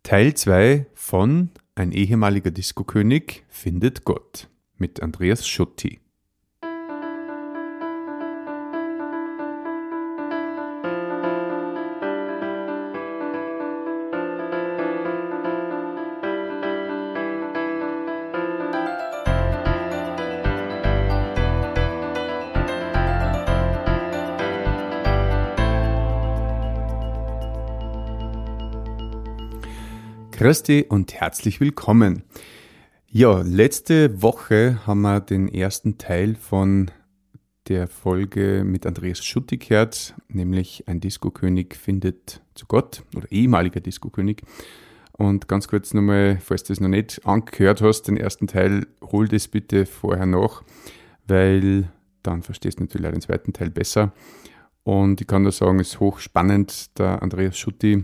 Teil 2 von Ein ehemaliger Diskokönig findet Gott mit Andreas Schutti. Grüß und herzlich willkommen. Ja, letzte Woche haben wir den ersten Teil von der Folge mit Andreas Schutti gehört, nämlich ein Diskokönig findet zu Gott oder ehemaliger Diskokönig. Und ganz kurz nochmal, falls du es noch nicht angehört hast, den ersten Teil, hol das bitte vorher nach, weil dann verstehst du natürlich auch den zweiten Teil besser. Und ich kann nur sagen, es ist hochspannend, der Andreas Schutti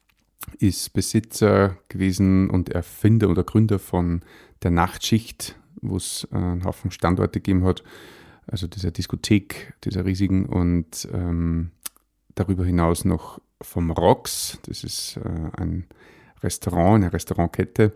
ist Besitzer gewesen und Erfinder oder Gründer von der Nachtschicht, wo es einen Haufen Standorte gegeben hat, also dieser Diskothek, dieser riesigen, und darüber hinaus noch vom Rox, das ist ein Restaurant, eine Restaurantkette,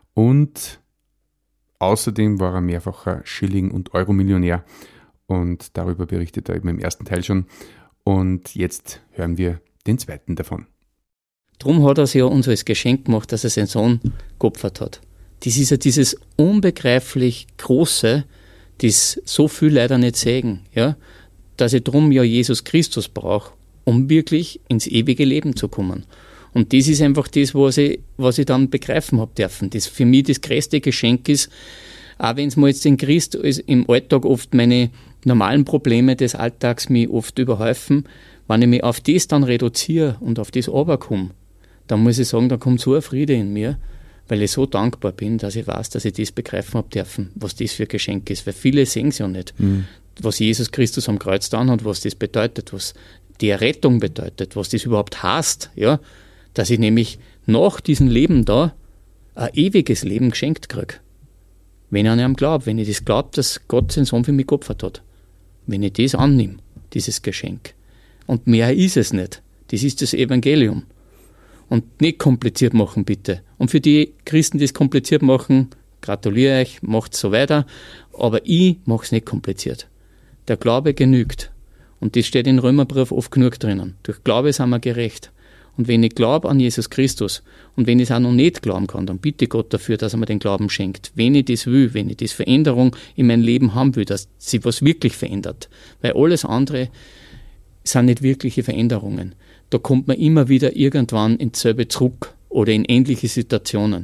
und außerdem war er mehrfacher Schilling- und Euro-Millionär und darüber berichtet er eben im ersten Teil schon, und jetzt hören wir den zweiten davon. Drum hat er es ja uns als Geschenk gemacht, dass er seinen Sohn geopfert hat. Das ist ja dieses unbegreiflich Große, das so viel leider nicht sagen, ja, dass ich drum ja Jesus Christus brauche, um wirklich ins ewige Leben zu kommen. Und das ist einfach das, was ich dann begreifen habe dürfen. Das für mich das größte Geschenk ist, auch wenn es mir jetzt in Christ im Alltag oft meine normalen Probleme des Alltags mich oft überhäufen, wenn ich mich auf das dann reduziere und auf das runterkomme, dann muss ich sagen, da kommt so ein Friede in mir, weil ich so dankbar bin, dass ich weiß, dass ich das begreifen habe dürfen, was das für ein Geschenk ist. Weil viele sehen es ja nicht, was Jesus Christus am Kreuz getan hat, was das bedeutet, was die Errettung bedeutet, was das überhaupt heißt, ja, dass ich nämlich nach diesem Leben da ein ewiges Leben geschenkt kriege. Wenn ich an ihn glaube, wenn ich das glaube, dass Gott seinen Sohn für mich geopfert hat. Wenn ich das annehme, dieses Geschenk. Und mehr ist es nicht. Das ist das Evangelium. Und nicht kompliziert machen, bitte. Und für die Christen, die es kompliziert machen, gratuliere euch, macht es so weiter. Aber ich mache es nicht kompliziert. Der Glaube genügt. Und das steht in Römerbrief oft genug drinnen. Durch Glaube sind wir gerecht. Und wenn ich glaube an Jesus Christus und wenn ich es auch noch nicht glauben kann, dann bitte Gott dafür, dass er mir den Glauben schenkt. Wenn ich das will, wenn ich das Veränderung in meinem Leben haben will, dass sich was wirklich verändert. Weil alles andere sind nicht wirkliche Veränderungen. Da kommt man immer wieder irgendwann ins selbe zurück oder in ähnliche Situationen.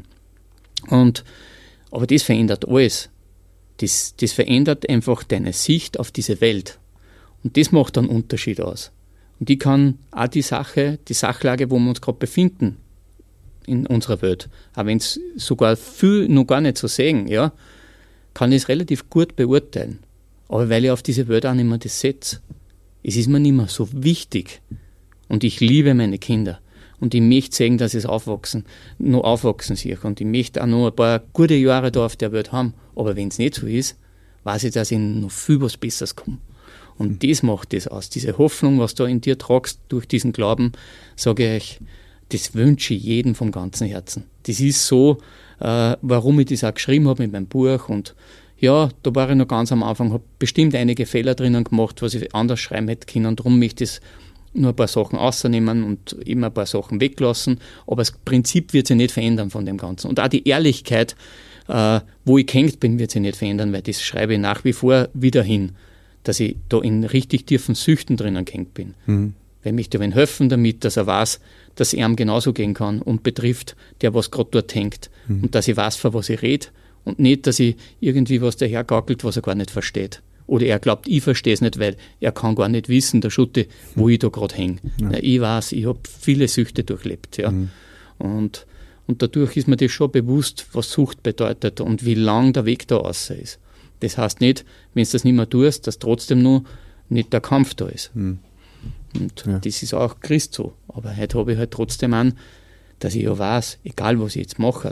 Aber das verändert alles. Das verändert einfach deine Sicht auf diese Welt. Und das macht einen Unterschied aus. Und ich kann auch die Sachlage, wo wir uns gerade befinden in unserer Welt, auch wenn es sogar viel noch gar nicht so sehen, ja, kann ich es relativ gut beurteilen. Aber weil ich auf diese Welt auch nicht mehr das setze. Es ist mir nicht mehr so wichtig. Und ich liebe meine Kinder. Und ich möchte sehen, dass sie noch aufwachsen sich. Und ich möchte auch noch ein paar gute Jahre da auf der Welt haben. Aber wenn es nicht so ist, weiß ich, dass ich noch viel was Besseres komme. Und das macht das aus. Diese Hoffnung, was du in dir tragst durch diesen Glauben, sage ich euch, das wünsche ich jedem vom ganzen Herzen. Das ist so, warum ich das auch geschrieben habe mit meinem Buch. Und ja, da war ich noch ganz am Anfang, habe bestimmt einige Fehler drinnen gemacht, was ich anders schreiben hätte können. Und darum möchte ich das nur ein paar Sachen rausnehmen und immer ein paar Sachen weglassen. Aber das Prinzip wird sich nicht verändern von dem Ganzen. Und auch die Ehrlichkeit, wo ich gehängt bin, wird sich nicht verändern, weil das schreibe ich nach wie vor wieder hin, dass ich da in richtig tiefen Süchten drinnen gehängt bin. Weil mich da helfen damit, dass er weiß, dass es ihm genauso gehen kann und betrifft, der was gerade dort hängt. Und dass ich weiß, von was ich rede und nicht, dass ich irgendwie was dahergaukelt, was er gar nicht versteht. Oder er glaubt, ich verstehe es nicht, weil er kann gar nicht wissen, der Schutte, wo ich da gerade hänge. Ja. Ich weiß, ich habe viele Süchte durchlebt. Ja. Und dadurch ist mir das schon bewusst, was Sucht bedeutet und wie lang der Weg da raus ist. Das heißt nicht, wenn du das nicht mehr tust, dass trotzdem noch nicht der Kampf da ist. Und das ist auch Christ so. Aber heute habe ich halt trotzdem an, dass ich ja weiß, egal was ich jetzt mache,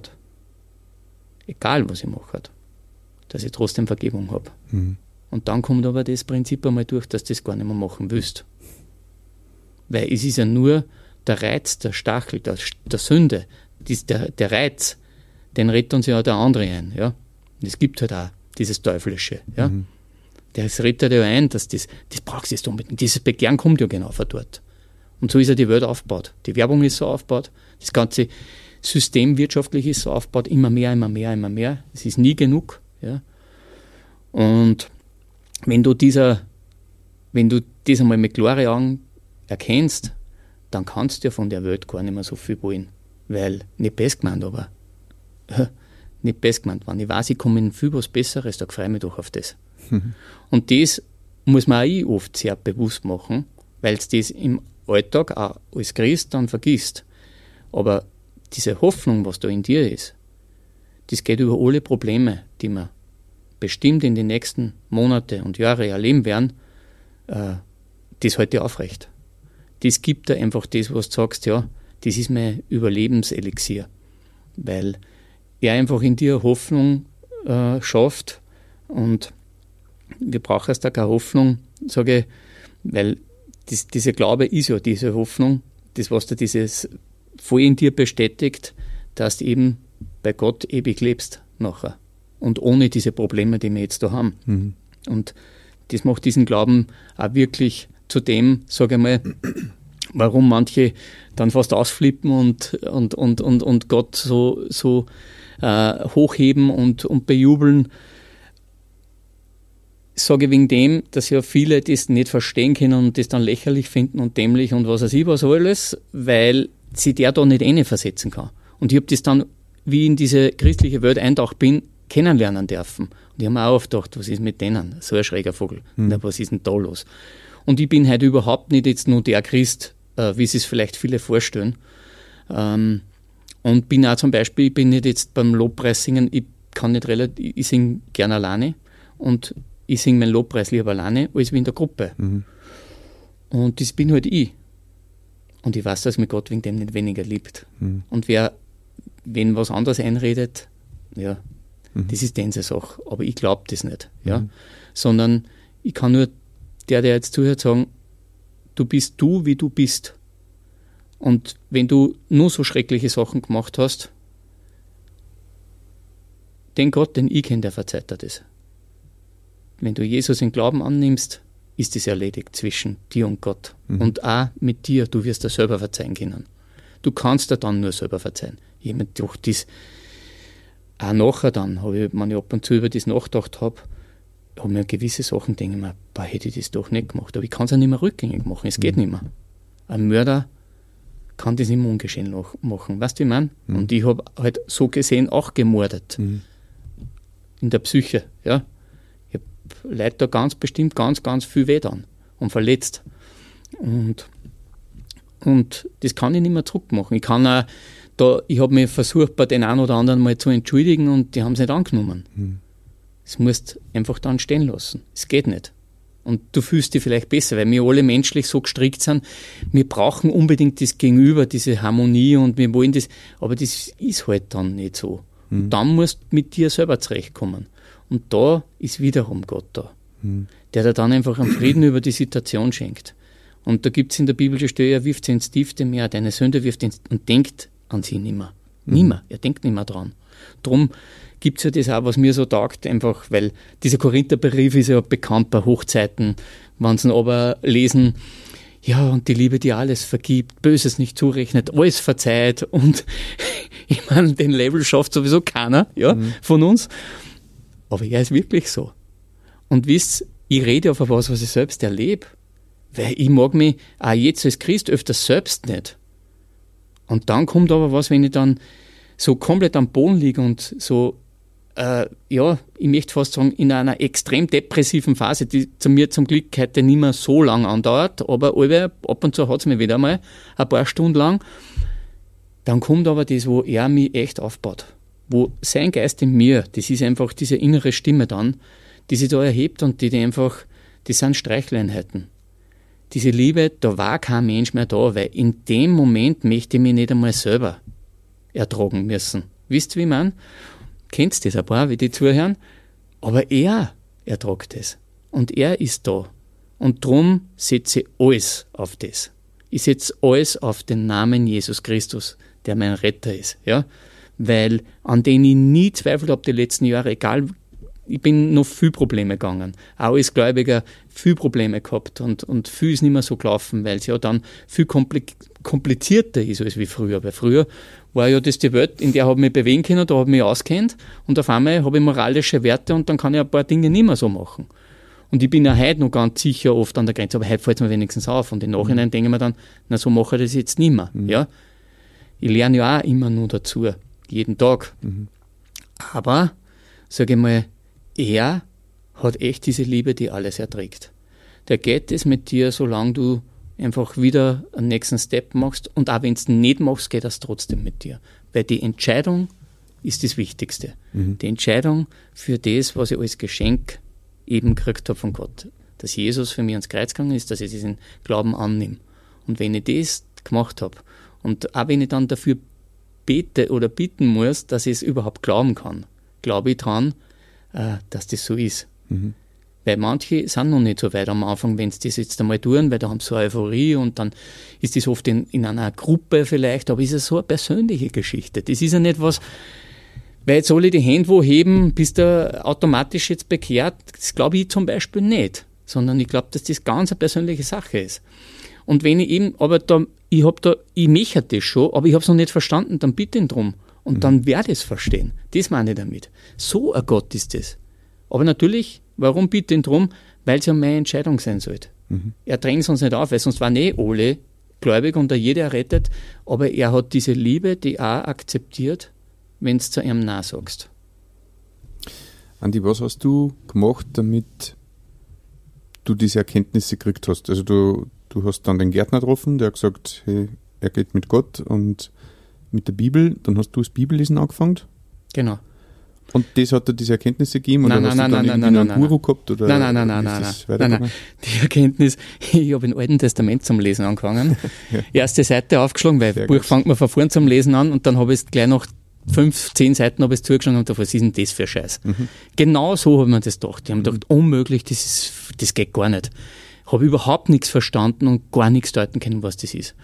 dass ich trotzdem Vergebung habe. Und dann kommt aber das Prinzip einmal durch, dass du das gar nicht mehr machen willst. Weil es ist ja nur der Reiz, der Stachel, der Sünde, der Reiz, den redet uns ja der andere ein. Ja? Und es gibt halt auch dieses Teuflische. Ja? Das redet ja ein, dass das brauchst du jetzt unbedingt. Dieses Begehren kommt ja genau von dort. Und so ist ja die Welt aufgebaut. Die Werbung ist so aufgebaut, das ganze System wirtschaftlich ist so aufgebaut, immer mehr, immer mehr, immer mehr. Es ist nie genug. Ja? Und wenn du das einmal mit klaren Augen erkennst, dann kannst du ja von der Welt gar nicht mehr so viel wollen. Weil, nicht best gemeint, aber nicht best gemeint, wenn ich weiß, ich komme in viel was Besseres, da freue ich mich doch auf das. Und das muss man auch oft sehr bewusst machen, weil es das im Alltag auch als Christ dann vergisst. Aber diese Hoffnung, was da in dir ist, das geht über alle Probleme, die wir bestimmt in den nächsten Monate und Jahre erleben werden, das hält dir aufrecht. Das gibt dir einfach das, was du sagst, ja, das ist mein Überlebenselixier. Weil er einfach in dir Hoffnung schafft und wir brauchen erst da keine Hoffnung, sage ich, weil dieser Glaube ist ja diese Hoffnung, das, was dir dieses voll in dir bestätigt, dass du eben bei Gott ewig lebst nachher. Und ohne diese Probleme, die wir jetzt da haben. Mhm. Und das macht diesen Glauben auch wirklich zu dem, sage ich mal, warum manche dann fast ausflippen und Gott so hochheben und bejubeln. Sage wegen dem, dass ja viele das nicht verstehen können und das dann lächerlich finden und dämlich und was weiß ich was alles, weil sie der da nicht versetzen kann. Und ich habe das dann, wie ich in diese christliche Welt eintaucht bin, kennenlernen dürfen. Und ich habe mir auch oft gedacht, was ist mit denen? So ein schräger Vogel. Was ist denn da los? Und ich bin heute überhaupt nicht jetzt nur der Christ, wie sie es vielleicht viele vorstellen. Und bin auch zum Beispiel, ich bin nicht jetzt beim Lobpreis singen, ich singe gerne alleine und ich singe meinen Lobpreis lieber alleine, als wie in der Gruppe. Mhm. Und das bin halt ich. Und ich weiß, dass mich Gott wegen dem nicht weniger liebt. Mhm. Und wenn was anderes einredet, ja, das ist diese Sache. Aber ich glaube das nicht. Ja? Sondern ich kann nur der jetzt zuhört, sagen, du bist du, wie du bist. Und wenn du nur so schreckliche Sachen gemacht hast, den Gott, den ich kenne, der verzeiht dir das. Wenn du Jesus in Glauben annimmst, ist es erledigt zwischen dir und Gott. Mhm. Und auch mit dir, du wirst dir selber verzeihen können. Du kannst dir dann nur selber verzeihen. Jemand durch das, auch nachher dann, wenn ich ab und zu über das nachgedacht habe mir gewisse Sachen, denke ich mir, hätte ich das doch nicht gemacht. Aber ich kann es auch nicht mehr rückgängig machen, es geht nicht mehr. Ein Mörder kann das nicht mehr ungeschehen machen, weißt du, wie ich meine? Und ich habe halt so gesehen auch gemordet. In der Psyche, ja. Ich habe Leute da ganz bestimmt ganz viel weh getan und verletzt. Und das kann ich nicht mehr zurückmachen. Ich habe mich versucht, bei den einen oder anderen mal zu entschuldigen und die haben es nicht angenommen. Das musst du einfach dann stehen lassen. Es geht nicht. Und du fühlst dich vielleicht besser, weil wir alle menschlich so gestrickt sind. Wir brauchen unbedingt das Gegenüber, diese Harmonie und wir wollen das, aber das ist halt dann nicht so. Und dann musst du mit dir selber zurechtkommen. Und da ist wiederum Gott da, der dir dann einfach einen Frieden über die Situation schenkt. Und da gibt es in der Bibel die Stelle, er wirft sie ins tiefste Meer, deine Sünde wirft ihn und denkt an sie nimmer. Nimmer, er denkt nicht mehr dran. Drum gibt es ja das auch, was mir so taugt, einfach, weil dieser Korintherbrief ist ja bekannt bei Hochzeiten, wenn sie ihn aber lesen, ja, und die Liebe, die alles vergibt, Böses nicht zurechnet, alles verzeiht und ich meine, den Level schafft sowieso keiner, ja, von uns. Aber er ist wirklich so. Und wisst, ich rede auf was ich selbst erlebe, weil ich mag mich auch jetzt als Christ öfters selbst nicht. Und dann kommt aber was, wenn ich dann so komplett am Boden liege und so, ich möchte fast sagen, in einer extrem depressiven Phase, die zu mir zum Glück heute nicht mehr so lang andauert, aber ab und zu hat es mir wieder mal ein paar Stunden lang. Dann kommt aber das, wo er mich echt aufbaut. Wo sein Geist in mir, das ist einfach diese innere Stimme dann, die sich da erhebt und die einfach, das sind Streicheleinheiten. Diese Liebe, da war kein Mensch mehr da, weil in dem Moment möchte ich mich nicht einmal selber ertragen müssen. Wisst ihr, wie ich meine? Kennt das ein paar, wie die zuhören? Aber er ertragt es. Und er ist da. Und darum setze ich alles auf das. Ich setze alles auf den Namen Jesus Christus, der mein Retter ist, ja, weil an den ich nie zweifelt habe die letzten Jahre, egal, ich bin noch viel Probleme gegangen, auch als Gläubiger viel Probleme gehabt und viel ist nicht mehr so gelaufen, weil es ja dann viel komplizierter ist als wie früher, weil früher war ja das die Welt, in der habe ich mich bewegen können, da habe ich mich auskennt und auf einmal habe ich moralische Werte und dann kann ich ein paar Dinge nicht mehr so machen. Und ich bin ja heute noch ganz sicher oft an der Grenze, aber heute fällt es mir wenigstens auf. Und im Nachhinein denke ich mir dann, na so mache ich das jetzt nicht mehr. Ja? Ich lerne ja auch immer nur dazu, jeden Tag. Aber, sage ich mal, er hat echt diese Liebe, die alles erträgt. Der geht es mit dir, solange du einfach wieder einen nächsten Step machst. Und auch wenn du es nicht machst, geht das trotzdem mit dir. Weil die Entscheidung ist das Wichtigste. Die Entscheidung für das, was ich als Geschenk eben gekriegt habe von Gott. Dass Jesus für mich ans Kreuz gegangen ist, dass ich diesen Glauben annehme. Und wenn ich das gemacht habe und auch wenn ich dann dafür bete oder bitten muss, dass ich es überhaupt glauben kann, glaube ich dran, dass das so ist. Weil manche sind noch nicht so weit am Anfang, wenn sie das jetzt einmal tun, weil da haben sie so eine Euphorie und dann ist das oft in einer Gruppe vielleicht, aber ist es so eine persönliche Geschichte. Das ist ja nicht was, weil jetzt alle die Hände wo heben, bist du automatisch jetzt bekehrt. Das glaube ich zum Beispiel nicht, sondern ich glaube, dass das ganz eine persönliche Sache ist. Und wenn ich eben, aber ich möchte das schon, aber ich habe es noch nicht verstanden, dann bitte ihn drum. Und dann werde ich es verstehen. Das meine ich damit. So ein Gott ist das. Aber natürlich, warum bitte ihn drum? Weil es ja meine Entscheidung sein sollte. Er drängt es uns nicht auf, weil sonst waren alle gläubig und jeder errettet. Aber er hat diese Liebe, die auch akzeptiert, wenn du zu ihm nachsagst. Andi, was hast du gemacht, damit du diese Erkenntnisse gekriegt hast? Also du hast dann den Gärtner getroffen, der hat gesagt, hey, er geht mit Gott und mit der Bibel. Dann hast du das Bibellesen angefangen. Genau. Und das hat dir diese Erkenntnisse gegeben? Nein, oder hast du dann irgendwie einen Guru gehabt? Oder Nein. Die Erkenntnis, ich habe im Alten Testament zum Lesen angefangen. Erste Seite aufgeschlagen, weil das Buch fängt man von vorn zum Lesen an und dann habe ich es gleich noch 5-10 Seiten habe ich es zugeschlagen und was ist denn das für Scheiß? Genau so habe ich mir das gedacht. Die haben gedacht, unmöglich, das geht gar nicht. Habe überhaupt nichts verstanden und gar nichts deuten können, was das ist.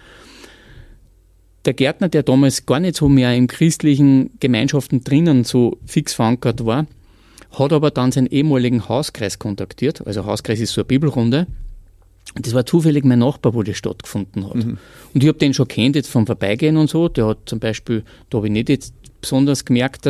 Der Gärtner, der damals gar nicht so mehr in christlichen Gemeinschaften drinnen so fix verankert war, hat aber dann seinen ehemaligen Hauskreis kontaktiert. Also Hauskreis ist so eine Bibelrunde. Und das war zufällig mein Nachbar, wo das stattgefunden hat. Und ich habe den schon kennt jetzt vom Vorbeigehen und so. Der hat zum Beispiel, da habe ich nicht jetzt besonders gemerkt,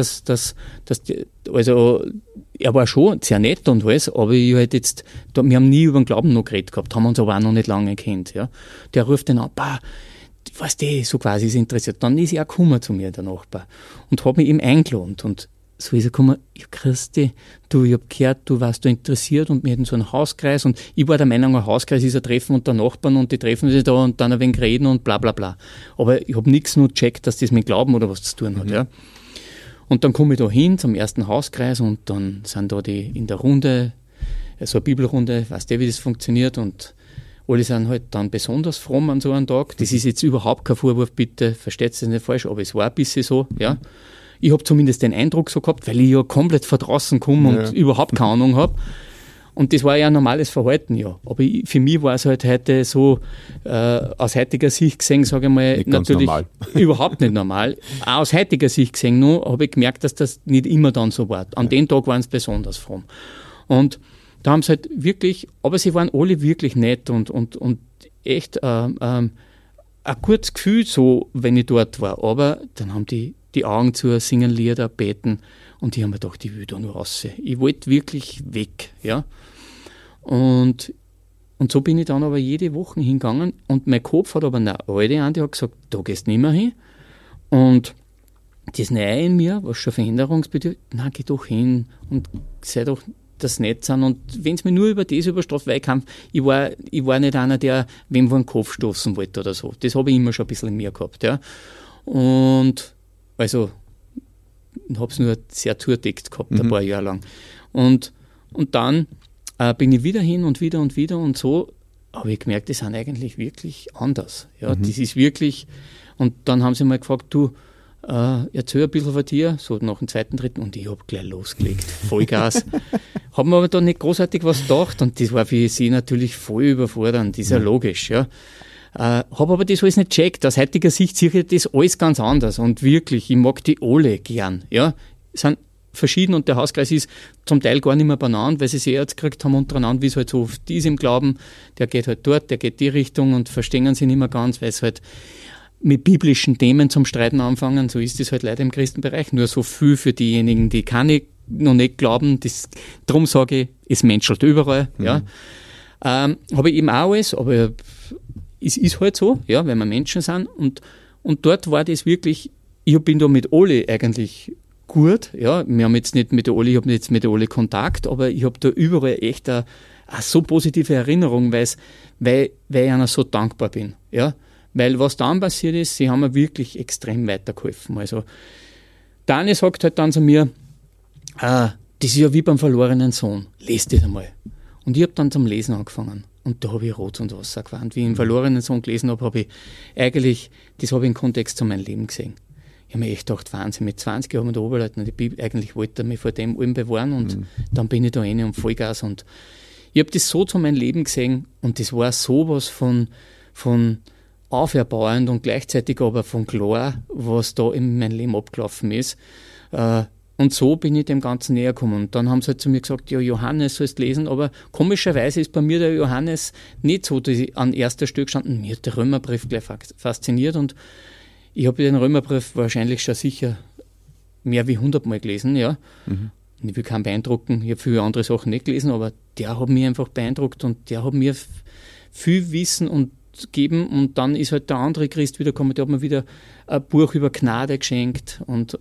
also er war schon sehr nett und alles, aber ich halt jetzt, wir haben nie über den Glauben noch geredet gehabt, haben uns aber auch noch nicht lange kennt. Ja. Der ruft den an, weißt du, so quasi ist interessiert. Dann ist er auch gekommen zu mir, der Nachbar, und hat mich eben eingeladen. Und so ist er gekommen, ja Christi, ich hab gehört, du warst da interessiert und wir hätten so einen Hauskreis und ich war der Meinung, ein Hauskreis ist ein Treffen unter Nachbarn und die treffen sich da und dann ein wenig reden und bla bla bla. Aber ich habe nichts nur gecheckt, dass das mit Glauben oder was zu tun hat. Ja. Und dann komme ich da hin zum ersten Hauskreis und dann sind da die in der Runde, so eine Bibelrunde, weißt du, wie das funktioniert, und alle sind halt dann besonders fromm an so einem Tag. Das ist jetzt überhaupt kein Vorwurf, bitte, versteht es nicht falsch, aber es war ein bisschen so, ja. Ich habe zumindest den Eindruck so gehabt, weil ich ja komplett von draußen komme und überhaupt keine Ahnung habe. Und das war ja ein normales Verhalten, ja. Aber für mich war es halt heute so, aus heutiger Sicht gesehen, sage ich mal, nicht natürlich normal. Überhaupt nicht normal. Auch aus heutiger Sicht gesehen nur, habe ich gemerkt, dass das nicht immer dann so war. An den Tag waren es besonders fromm. Und da haben sie halt wirklich, aber sie waren alle wirklich nett und echt ein gutes Gefühl so, wenn ich dort war. Aber dann haben die Augen zu, singen Lieder, beten und ich habe mir gedacht, ich will da nur raus. Ich wollte wirklich weg. Ja? Und so bin ich dann aber jede Woche hingegangen und mein Kopf hat aber eine alte an, die hat gesagt, da gehst du nicht mehr hin. Und das Neue in mir, was schon veränderungsbedürftig, na geh doch hin und sei doch das nett sind. Und wenn es mir nur über das überstraft, weil ich war nicht einer, der wem vor den Kopf stoßen wollte oder so. Das habe ich immer schon ein bisschen in mir gehabt. Ja. Und also habe es nur sehr zugedeckt gehabt, ein paar Jahre lang. Und dann bin ich wieder hin und wieder und so habe ich gemerkt, die sind eigentlich wirklich anders. Ja, das ist wirklich, und dann haben sie mal gefragt, du, erzähl ein bisschen von dir, so nach dem zweiten, dritten, und ich habe gleich losgelegt, Vollgas. Haben mir aber dann nicht großartig was gedacht und das war für sie natürlich voll überfordernd, das ist ja logisch, ja. Habe aber das alles nicht gecheckt. Aus heutiger Sicht sehe ich das alles ganz anders. Und wirklich, ich mag die alle gern. Ja, sind verschieden und der Hauskreis ist zum Teil gar nicht mehr benannt, weil sie sich jetzt gekriegt haben untereinander, wie es halt so oft ist im Glauben. Der geht halt dort, der geht die Richtung und verstehen sie nicht mehr ganz, weil es halt mit biblischen Themen zum Streiten anfangen. So ist es halt leider im Christenbereich. Nur so viel für diejenigen, die noch nicht glauben. Darum sage ich, es menschelt überall. Ja. Habe ich eben auch alles, aber es ist halt so, ja, weil wir Menschen sind. Und dort war das wirklich, ich bin da mit alle eigentlich gut. Ja. Wir haben jetzt nicht mit der Oli, ich habe jetzt mit der Oli Kontakt, aber ich habe da überall echt eine so positive Erinnerung, weil ich einer so dankbar bin. Ja. Weil was dann passiert ist, sie haben mir wirklich extrem weitergeholfen. Also, Dani sagt halt dann zu mir, das ist ja wie beim verlorenen Sohn, lest das einmal. Und ich habe dann zum Lesen angefangen. Und da habe ich Rot und Wasser gewandt. Wie ich den verlorenen Sohn gelesen habe ich eigentlich, das habe ich im Kontext zu meinem Leben gesehen. Ich habe mir echt gedacht, Wahnsinn, mit 20 Jahren der Oberleutnant, eigentlich wollte er mich vor dem allem bewahren und dann bin ich da rein und Vollgas. Und ich habe das so zu meinem Leben gesehen und das war sowas von auferbauend und gleichzeitig aber von klar, was da in meinem Leben abgelaufen ist. Und so bin ich dem Ganzen näher gekommen. Und dann haben sie halt zu mir gesagt, ja, Johannes sollst lesen, aber komischerweise ist bei mir der Johannes nicht so, dass ich an erster Stelle gestanden. Mir hat der Römerbrief gleich fasziniert und ich habe den Römerbrief wahrscheinlich schon sicher mehr wie 100 Mal gelesen, ja. Ich will keinen beeindrucken, ich habe viele andere Sachen nicht gelesen, aber der hat mich einfach beeindruckt und der hat mir viel Wissen und geben und dann ist halt der andere Christ wiedergekommen, der hat mir wieder ein Buch über Gnade geschenkt und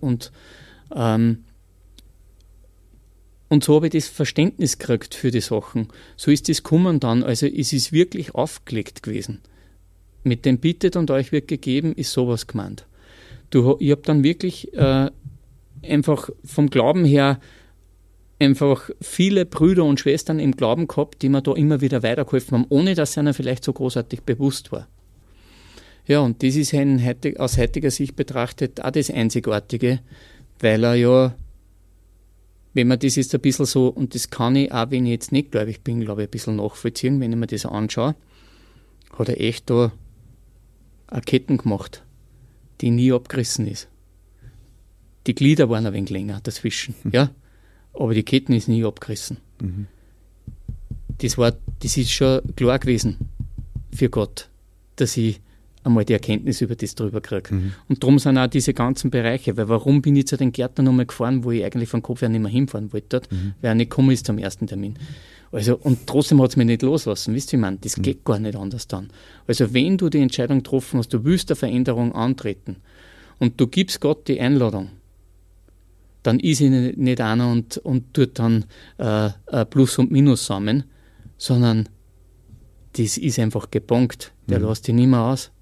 so habe ich das Verständnis gekriegt für die Sachen. So ist das gekommen dann, also es ist wirklich aufgelegt gewesen. Mit dem Bittet und euch wird gegeben, ist sowas gemeint. Ich habe dann wirklich einfach vom Glauben her einfach viele Brüder und Schwestern im Glauben gehabt, die mir da immer wieder weitergeholfen haben, ohne dass es einer vielleicht so großartig bewusst war. Ja, und das ist aus heutiger Sicht betrachtet auch das Einzigartige, weil er ja, wenn man das jetzt ein bisschen so, und das kann ich auch, wenn ich jetzt nicht gläubig bin, glaube ich, ein bisschen nachvollziehen, wenn ich mir das anschaue, hat er echt da eine Ketten gemacht, die nie abgerissen ist. Die Glieder waren ein wenig länger dazwischen, ja. Aber die Ketten ist nie abgerissen. Das ist schon klar gewesen für Gott, dass ich einmal die Erkenntnis über das drüber kriege. Und darum sind auch diese ganzen Bereiche, weil warum bin ich zu den Gärtnern nochmal gefahren, wo ich eigentlich vom Kopf her nicht mehr hinfahren wollte, weil er nicht gekommen ist zum ersten Termin. Also, und trotzdem hat es mich nicht loslassen, wisst ihr, ich meine, das geht gar nicht anders dann. Also wenn du die Entscheidung getroffen hast, du willst eine Veränderung antreten und du gibst Gott die Einladung, dann ist ich nicht einer und tut dann Plus und Minus zusammen, sondern das ist einfach gebongt. Der lässt dich nicht mehr aus.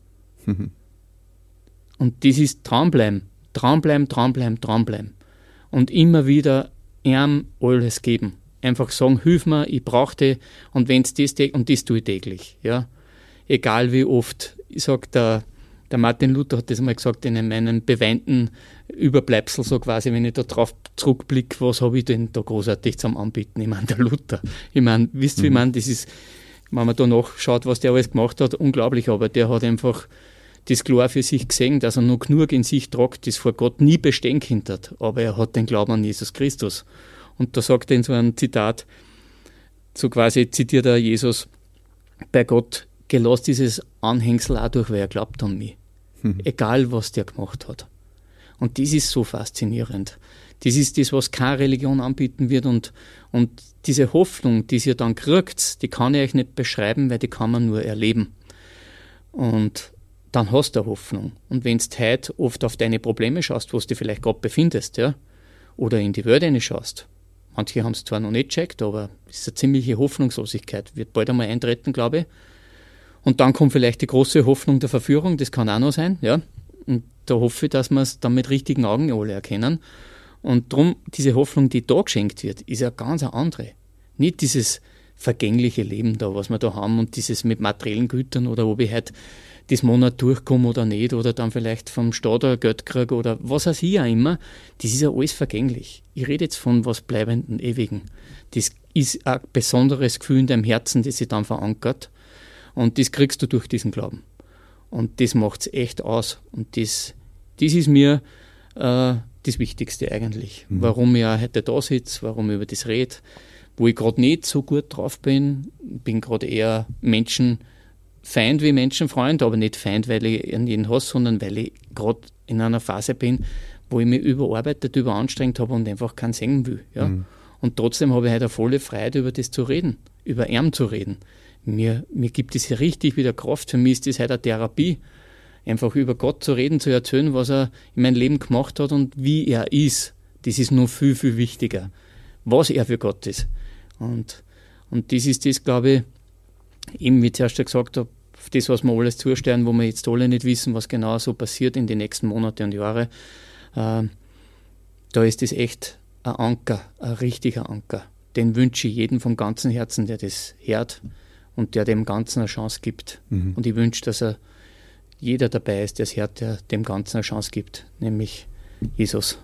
Und das ist dranbleiben. Und immer wieder ihm alles geben. Einfach sagen, hilf mir, ich brauche dich und wenn es das und das tue ich täglich. Ja? Egal wie oft. Ich sage, der Martin Luther hat das einmal gesagt, in meinen beweinten Überbleibsel, so quasi, wenn ich da drauf zurückblicke, was habe ich denn da großartig zum Anbieten? Ich meine, der Luther. Ich meine, wisst ihr, wie man, das ist, wenn man da nachschaut, was der alles gemacht hat, unglaublich, aber der hat einfach das klar für sich gesehen, dass er noch genug in sich tragt, das vor Gott nie bestehen könnte, aber er hat den Glauben an Jesus Christus. Und da sagt er in so einem Zitat, so quasi zitiert er Jesus, bei Gott, gelass dieses Anhängsel auch durch, weil er glaubt an mich. Egal, was der gemacht hat. Und das ist so faszinierend. Das ist das, was keine Religion anbieten wird und diese Hoffnung, die ihr dann kriegt, die kann ich euch nicht beschreiben, weil die kann man nur erleben. Und dann hast du eine Hoffnung. Und wenn du heute oft auf deine Probleme schaust, wo du dich vielleicht gerade befindest, ja, oder in die Welt schaust, manche haben es zwar noch nicht gecheckt, aber es ist eine ziemliche Hoffnungslosigkeit, wird bald einmal eintreten, glaube ich. Und dann kommt vielleicht die große Hoffnung der Verführung, das kann auch noch sein, ja. Und da hoffe ich, dass wir es dann mit richtigen Augen alle erkennen. Und darum, diese Hoffnung, die da geschenkt wird, ist ja ganz eine andere. Nicht dieses vergängliche Leben da, was wir da haben und dieses mit materiellen Gütern oder ob ich heute das Monat durchkomme oder nicht oder dann vielleicht vom Staat ein Geld kriege oder was weiß ich auch immer, das ist ja alles vergänglich. Ich rede jetzt von was Bleibenden, Ewigen. Das ist ein besonderes Gefühl in deinem Herzen, das sich dann verankert und das kriegst du durch diesen Glauben. Und das macht es echt aus. Und das ist mir das Wichtigste eigentlich. Warum ich auch heute da sitze, warum ich über das rede, wo ich gerade nicht so gut drauf bin. Ich bin gerade eher Menschenfeind wie Menschenfreund, aber nicht Feind, weil ich an jeden hasse, sondern weil ich gerade in einer Phase bin, wo ich mich überarbeitet, überanstrengt habe und einfach keinen singen will. Ja? Und trotzdem habe ich heute eine volle Freude, über das zu reden, über ihn zu reden. Mir gibt es richtig wieder Kraft. Für mich ist das heute eine Therapie, einfach über Gott zu reden, zu erzählen, was er in meinem Leben gemacht hat und wie er ist. Das ist noch viel, viel wichtiger, was er für Gott ist. Und das ist das, glaube ich, eben wie ich zuerst gesagt habe, das, was wir alles zusteuern, wo wir jetzt alle nicht wissen, was genau so passiert in den nächsten Monaten und Jahren, da ist das echt ein Anker, ein richtiger Anker. Den wünsche ich jedem vom ganzen Herzen, der das hört und der dem Ganzen eine Chance gibt. Und ich wünsche, dass jeder dabei ist, der es hört, der dem Ganzen eine Chance gibt, nämlich Jesus.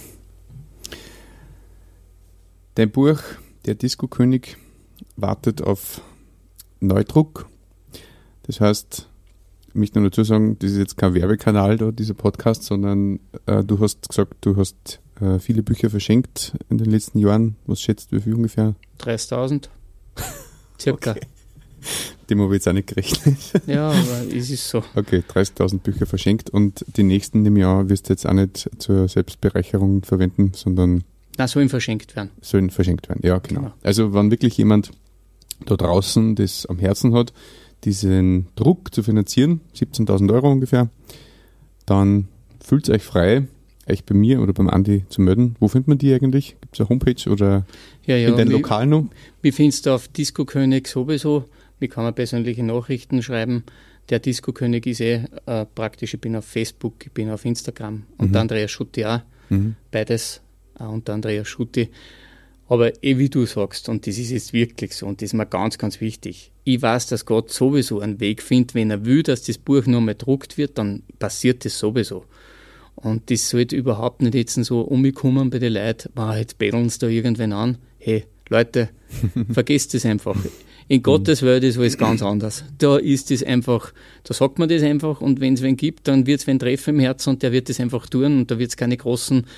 Dein Buch, Der Disco-König, wartet auf Neudruck. Das heißt, ich möchte nur dazu sagen, das ist jetzt kein Werbekanal, da, dieser Podcast, sondern du hast gesagt, du hast viele Bücher verschenkt in den letzten Jahren. Was schätzt du, wie viel ungefähr? 30.000 circa. Okay. Dem habe ich jetzt auch nicht gerechnet. Ja, aber es ist so. Okay, 30.000 Bücher verschenkt und die nächsten im Jahr wirst du jetzt auch nicht zur Selbstbereicherung verwenden, sondern sollen verschenkt werden. Sollen verschenkt werden, ja, genau. Also wenn wirklich jemand da draußen das am Herzen hat, diesen Druck zu finanzieren, 17.000 Euro ungefähr, dann fühlt euch frei, euch bei mir oder beim Andi zu melden. Wo findet man die eigentlich? Gibt es eine Homepage oder in deinem Lokal noch? Wie findest du auf Disco-König sowieso? Wie kann man persönliche Nachrichten schreiben? Der Disco-König ist praktisch, ich bin auf Facebook, ich bin auf Instagram und der Andreas Schutti auch. Beides auch unter Andreas Schutti. Aber wie du sagst, und das ist jetzt wirklich so, und das ist mir ganz, ganz wichtig, ich weiß, dass Gott sowieso einen Weg findet, wenn er will, dass das Buch nur mal gedruckt wird, dann passiert das sowieso. Und das sollte überhaupt nicht jetzt so umkommen bei den Leuten, jetzt betteln sie da irgendwen an. Hey, Leute, vergesst das einfach. In Gottes Welt ist alles ganz anders. Da ist es einfach, da sagt man das einfach und wenn es wen gibt, dann wird es wen treffen im Herzen und der wird das einfach tun und da wird es keine großen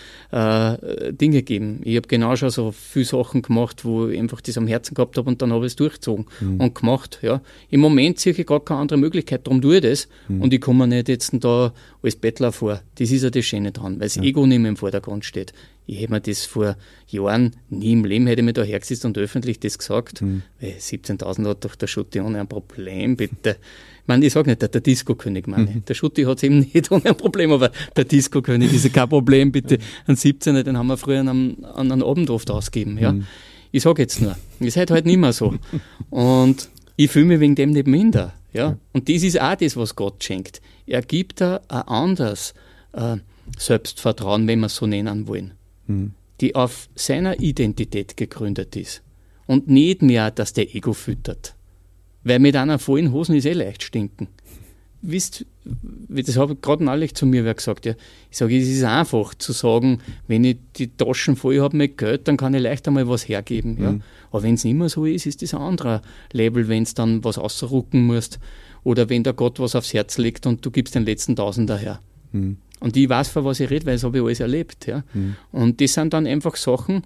Dinge geben. Ich habe genau schon so viele Sachen gemacht, wo ich einfach das am Herzen gehabt habe und dann habe ich es durchgezogen und gemacht. Ja. Im Moment sehe ich gar keine andere Möglichkeit, darum tue ich das und ich komme nicht jetzt da als Bettler vor. Das ist ja das Schöne dran, weil das Ego nicht mehr im Vordergrund steht. Ich hätte mir das vor Jahren, nie im Leben hätte ich mir da hergesetzt und öffentlich das gesagt. Weil 17.000 hat doch der Schutti ohne ein Problem, bitte. Ich meine, ich sage nicht, der Disco-König, meine. Der Schutti hat es eben nicht ohne ein Problem, aber der Disco-König ist ja kein Problem, bitte. Ein 17er, den haben wir früher an einem Abend oft ausgegeben, ja. Ich sage jetzt nur, ihr seid halt nicht mehr so. Und ich fühle mich wegen dem nicht minder, ja. Und das ist auch das, was Gott schenkt. Er gibt da ein anderes Selbstvertrauen, wenn wir es so nennen wollen, die auf seiner Identität gegründet ist. Und nicht mehr, dass der Ego füttert. Weil mit einer vollen Hosen ist leicht stinken. Wisst, das habe ich gerade neulich zu mir gesagt. Ja. Ich sage, es ist einfach zu sagen, wenn ich die Taschen voll habe mit Geld, dann kann ich leicht einmal was hergeben. Ja. Aber wenn es nicht mehr so ist, ist das ein anderer Label, wenn es dann was ausrucken musst oder wenn der Gott was aufs Herz legt und du gibst den letzten Tausender her. Und ich weiß, von was ich rede, weil das habe ich alles erlebt. Ja. Und das sind dann einfach Sachen,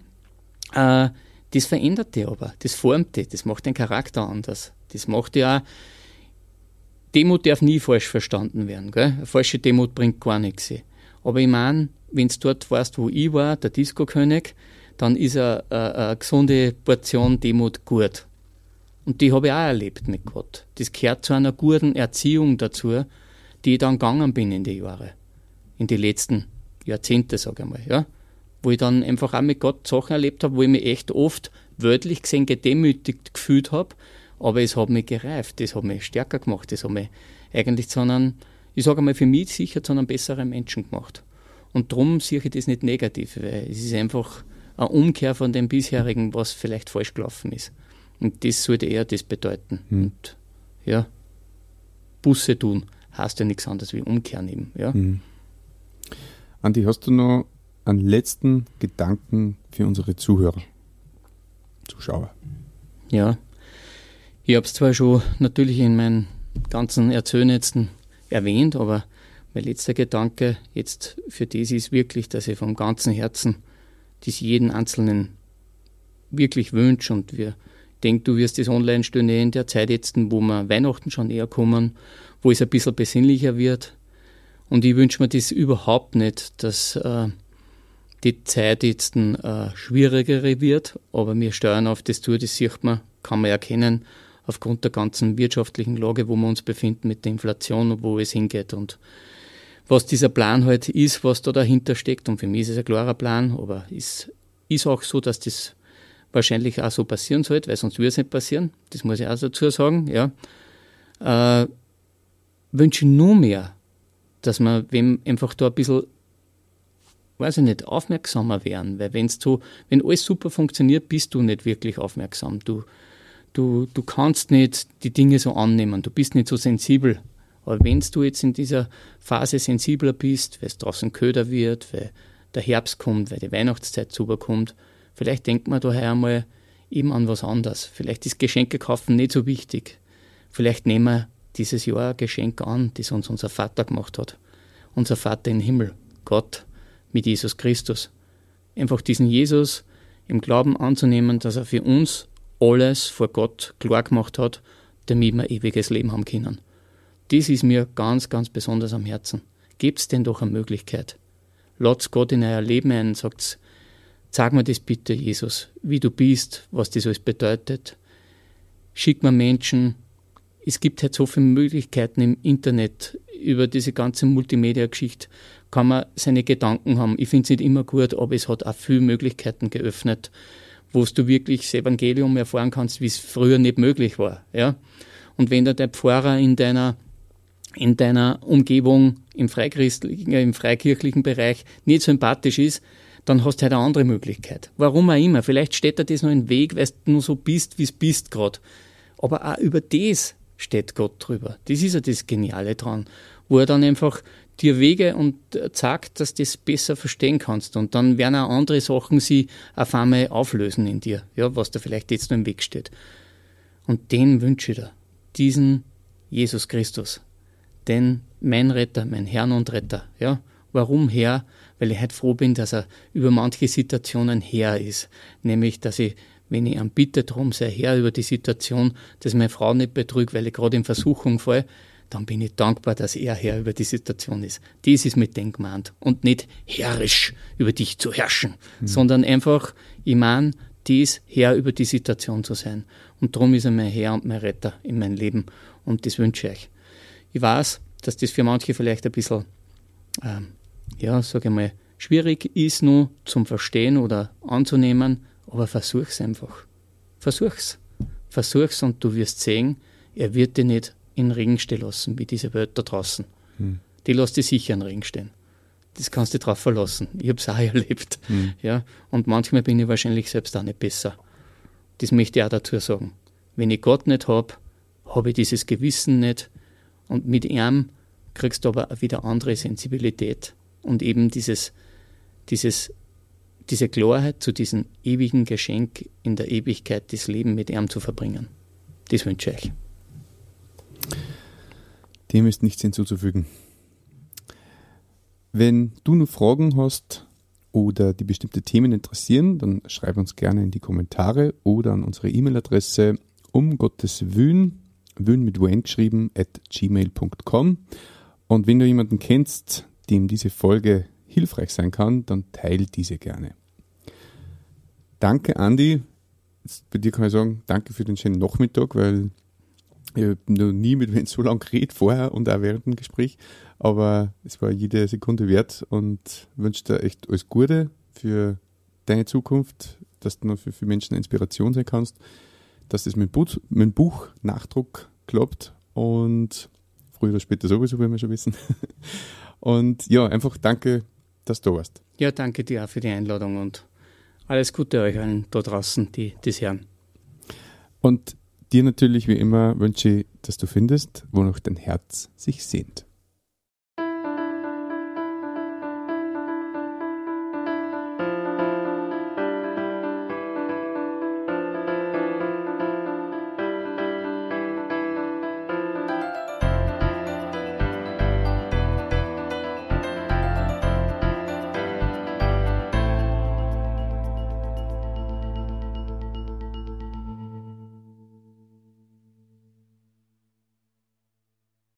das verändert dich aber, das formt dich, das macht den Charakter anders. Das macht ja auch, Demut darf nie falsch verstanden werden. Gell? Eine falsche Demut bringt gar nichts. Aber ich meine, wenn du dort warst, wo ich war, der Disco-König, dann ist eine gesunde Portion Demut gut. Und die habe ich auch erlebt mit Gott. Das gehört zu einer guten Erziehung dazu, die ich dann gegangen bin in die Jahre. In die letzten Jahrzehnte, sage ich mal. Ja? Wo ich dann einfach auch mit Gott Sachen erlebt habe, wo ich mich echt oft wörtlich gesehen gedemütigt gefühlt habe, aber es hat mich gereift, das hat mich stärker gemacht, das hat mich eigentlich zu einem, ich sage mal für mich sicher, zu einem besseren Menschen gemacht. Und darum sehe ich das nicht negativ, weil es ist einfach eine Umkehr von dem bisherigen, was vielleicht falsch gelaufen ist. Und das sollte eher das bedeuten. Und ja, Buße tun heißt ja nichts anderes wie umkehren eben. Ja. Andi, hast du noch einen letzten Gedanken für unsere Zuschauer? Ja, ich habe es zwar schon natürlich in meinen ganzen Erzählnetzen erwähnt, aber mein letzter Gedanke jetzt für das ist wirklich, dass ich vom ganzen Herzen das jeden Einzelnen wirklich wünsche und ich denke, du wirst das online stellen in der Zeit jetzt, wo wir Weihnachten schon näher kommen, wo es ein bisschen besinnlicher wird und ich wünsche mir das überhaupt nicht, dass die Zeit jetzt schwierigere wird, aber wir steuern auf das zu, das sieht man, kann man erkennen, aufgrund der ganzen wirtschaftlichen Lage, wo wir uns befinden mit der Inflation und wo es hingeht und was dieser Plan halt ist, was da dahinter steckt und für mich ist es ein klarer Plan, aber es ist auch so, dass das wahrscheinlich auch so passieren sollte, weil sonst würde es nicht passieren, das muss ich auch dazu sagen, ja. Wünsche nur mehr, dass man wem einfach da ein bisschen, weiß ich nicht, aufmerksamer werden, weil wenn alles super funktioniert, bist du nicht wirklich aufmerksam, du kannst nicht die Dinge so annehmen, du bist nicht so sensibel. Aber wenn du jetzt in dieser Phase sensibler bist, weil es draußen köder wird, weil der Herbst kommt, weil die Weihnachtszeit super kommt, vielleicht denkt man daher einmal eben an was anderes. Vielleicht ist Geschenke kaufen nicht so wichtig. Vielleicht nehmen wir dieses Jahr ein Geschenk an, das uns unser Vater gemacht hat. Unser Vater im Himmel, Gott mit Jesus Christus. Einfach diesen Jesus im Glauben anzunehmen, dass er für uns alles vor Gott klar gemacht hat, damit wir ewiges Leben haben können. Das ist mir ganz, ganz besonders am Herzen. Gebt's denn doch eine Möglichkeit. Lasst Gott in euer Leben ein und sagt, sag mir das bitte, Jesus, wie du bist, was das alles bedeutet. Schick mir Menschen. Es gibt halt so viele Möglichkeiten im Internet. Über diese ganze Multimedia-Geschichte kann man seine Gedanken haben. Ich finde es nicht immer gut, aber es hat auch viele Möglichkeiten geöffnet, wo du wirklich das Evangelium erfahren kannst, wie es früher nicht möglich war. Ja? Und wenn da der Pfarrer in deiner Umgebung im freikirchlichen Bereich nicht sympathisch ist, dann hast du halt eine andere Möglichkeit. Warum auch immer. Vielleicht steht dir das noch im Weg, weil du nur so bist, wie es bist gerade. Aber auch über das steht Gott drüber. Das ist ja das Geniale dran. Wo er dann einfach dir Wege und zeigt, dass du das besser verstehen kannst. Und dann werden auch andere Sachen sie auf einmal auflösen in dir, ja, was da vielleicht jetzt noch im Weg steht. Und den wünsche ich dir. Diesen Jesus Christus. Denn mein Retter, mein Herrn und Retter. Ja? Warum Herr? Weil ich heute froh bin, dass er über manche Situationen Herr ist. Nämlich, dass ich, wenn ich ihn bitte darum, sei Herr über die Situation, dass meine Frau nicht betrügt, weil ich gerade in Versuchung falle, dann bin ich dankbar, dass er Herr über die Situation ist. Das ist mit dem gemeint. Und nicht herrisch über dich zu herrschen, sondern einfach, ich meine, dies Herr über die Situation zu sein. Und darum ist er mein Herr und mein Retter in meinem Leben. Und das wünsche ich euch. Ich weiß, dass das für manche vielleicht ein bisschen, schwierig ist, nur zum Verstehen oder anzunehmen, aber versuch's einfach. Versuch's und du wirst sehen, er wird dich nicht in den Regen stehen lassen, wie diese Welt da draußen. Die lässt dich sicher in den Regen stehen. Das kannst du drauf verlassen. Ich habe es auch erlebt. Ja, und manchmal bin ich wahrscheinlich selbst auch nicht besser. Das möchte ich auch dazu sagen. Wenn ich Gott nicht habe, habe ich dieses Gewissen nicht. Und mit ihm kriegst du aber auch wieder andere Sensibilität und eben diese Klarheit zu diesem ewigen Geschenk in der Ewigkeit, das Leben mit ihm zu verbringen. Das wünsche ich euch. Dem ist nichts hinzuzufügen. Wenn du noch Fragen hast oder die bestimmte Themen interessieren, dann schreib uns gerne in die Kommentare oder an unsere E-Mail-Adresse umgotteswillen, Wün mit WN geschrieben, @gmail.com. Und wenn du jemanden kennst, dem diese Folge hilfreich sein kann, dann teil diese gerne. Danke, Andi. Jetzt bei dir kann ich sagen, danke für den schönen Nachmittag, weil ich habe noch nie mit wem so lange geredet, vorher und auch während dem Gespräch. Aber es war jede Sekunde wert und wünsche dir echt alles Gute für deine Zukunft, dass du noch für viele Menschen eine Inspiration sein kannst, dass das mit dem Buch Nachdruck klappt und früher oder später sowieso, werden wir schon wissen. Und ja, einfach danke, dass du da warst. Ja, danke dir auch für die Einladung und alles Gute euch allen da draußen, die das hören. Und dir natürlich wie immer wünsche ich, dass du findest, wonach dein Herz sich sehnt.